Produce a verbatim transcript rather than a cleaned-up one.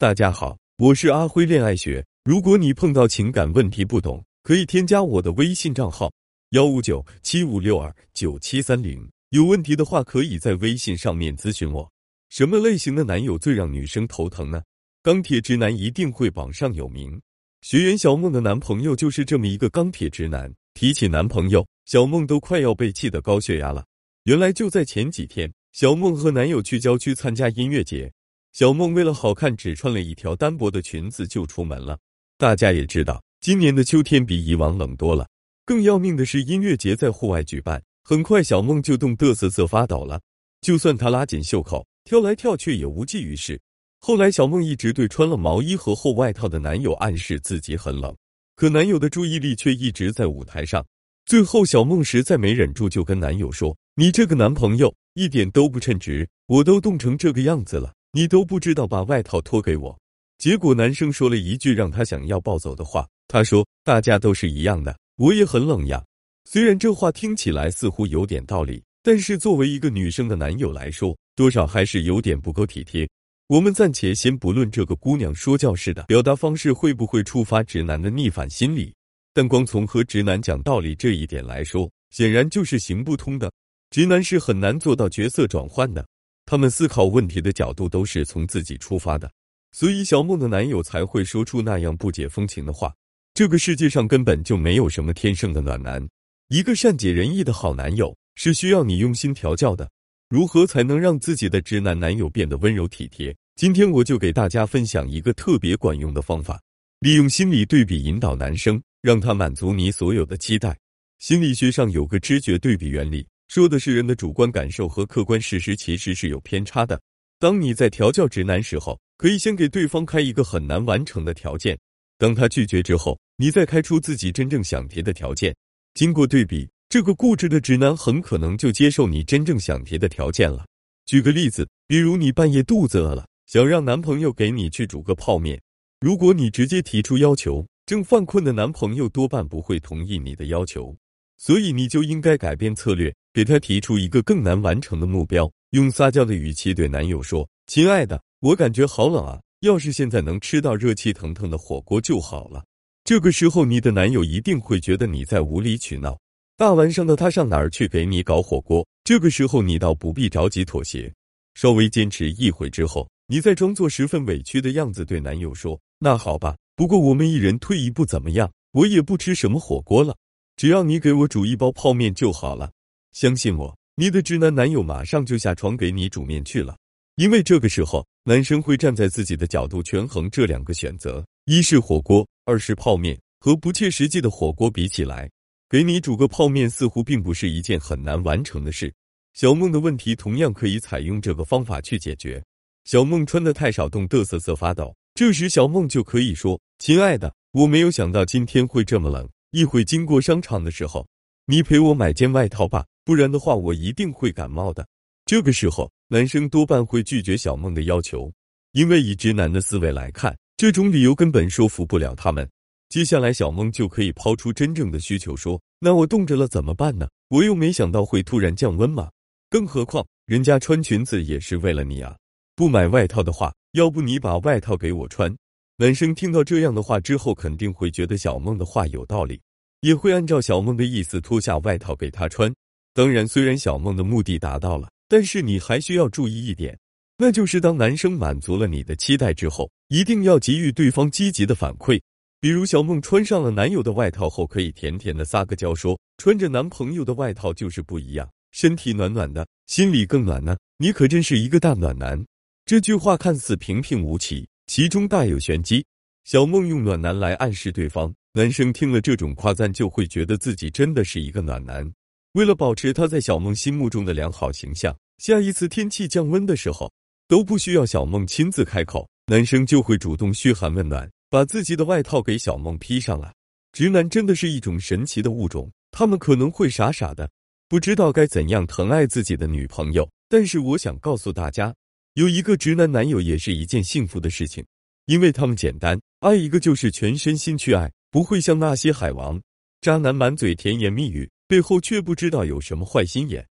大家好，我是阿辉恋爱学。如果你碰到情感问题不懂，可以添加我的微信账号幺五九七五六二九七三零，有问题的话可以在微信上面咨询我。什么类型的男友最让女生头疼呢？钢铁直男一定会榜上有名。学员小梦的男朋友就是这么一个钢铁直男，提起男朋友，小梦都快要被气得高血压了。原来就在前几天，小梦和男友去郊区参加音乐节。小梦为了好看，只穿了一条单薄的裙子就出门了。大家也知道，今年的秋天比以往冷多了。更要命的是，音乐节在户外举办，很快小梦就冻得瑟瑟发抖了。就算她拉紧袖口，跳来跳去也无济于事。后来小梦一直对穿了毛衣和厚外套的男友暗示自己很冷，可男友的注意力却一直在舞台上。最后小梦实在没忍住，就跟男友说：“你这个男朋友一点都不称职，我都冻成这个样子了，你都不知道把外套脱给我。”结果男生说了一句让他想要暴走的话，他说：“大家都是一样的，我也很冷呀。”虽然这话听起来似乎有点道理，但是作为一个女生的男友来说，多少还是有点不够体贴。我们暂且先不论这个姑娘说教式的表达方式会不会触发直男的逆反心理，但光从和直男讲道理这一点来说，显然就是行不通的。直男是很难做到角色转换的，他们思考问题的角度都是从自己出发的，所以小梦的男友才会说出那样不解风情的话。这个世界上根本就没有什么天生的暖男，一个善解人意的好男友是需要你用心调教的。如何才能让自己的直男男友变得温柔体贴？今天我就给大家分享一个特别管用的方法，利用心理对比引导男生，让他满足你所有的期待。心理学上有个知觉对比原理，说的是人的主观感受和客观事实其实是有偏差的。当你在调教直男时候，可以先给对方开一个很难完成的条件，当他拒绝之后，你再开出自己真正想提的条件。经过对比，这个固执的直男很可能就接受你真正想提的条件了。举个例子，比如你半夜肚子饿了，想让男朋友给你去煮个泡面。如果你直接提出要求，正犯困的男朋友多半不会同意你的要求，所以你就应该改变策略，给他提出一个更难完成的目标，用撒娇的语气对男友说：“亲爱的，我感觉好冷啊，要是现在能吃到热气腾腾的火锅就好了。”这个时候你的男友一定会觉得你在无理取闹，大晚上的他上哪儿去给你搞火锅？这个时候你倒不必着急妥协，稍微坚持一会之后，你再装作十分委屈的样子对男友说：“那好吧，不过我们一人退一步怎么样？我也不吃什么火锅了，只要你给我煮一包泡面就好了。”相信我，你的直男男友马上就下床给你煮面去了。因为这个时候，男生会站在自己的角度权衡这两个选择，一是火锅，二是泡面。和不切实际的火锅比起来，给你煮个泡面似乎并不是一件很难完成的事。小梦的问题同样可以采用这个方法去解决。小梦穿得太少，冻得瑟瑟发抖，这时小梦就可以说：“亲爱的，我没有想到今天会这么冷，一会经过商场的时候，你陪我买件外套吧，不然的话我一定会感冒的。”这个时候，男生多半会拒绝小梦的要求，因为以直男的思维来看，这种理由根本说服不了他们。接下来小梦就可以抛出真正的需求说：“那我冻着了怎么办呢？我又没想到会突然降温嘛，更何况人家穿裙子也是为了你啊，不买外套的话，要不你把外套给我穿。”男生听到这样的话之后，肯定会觉得小梦的话有道理，也会按照小梦的意思脱下外套给他穿。当然，虽然小梦的目的达到了，但是你还需要注意一点，那就是当男生满足了你的期待之后，一定要给予对方积极的反馈。比如小梦穿上了男友的外套后，可以甜甜的撒个娇说：“穿着男朋友的外套就是不一样，身体暖暖的，心里更暖呢，你可真是一个大暖男。”这句话看似平平无奇，其中大有玄机。小梦用暖男来暗示对方，男生听了这种夸赞就会觉得自己真的是一个暖男。为了保持他在小梦心目中的良好形象，下一次天气降温的时候，都不需要小梦亲自开口，男生就会主动嘘寒问暖，把自己的外套给小梦披上了。直男真的是一种神奇的物种，他们可能会傻傻的，不知道该怎样疼爱自己的女朋友，但是我想告诉大家，有一个直男男友也是一件幸福的事情，因为他们简单，爱一个就是全身心去爱，不会像那些海王、渣男满嘴甜言蜜语，背后却不知道有什么坏心眼。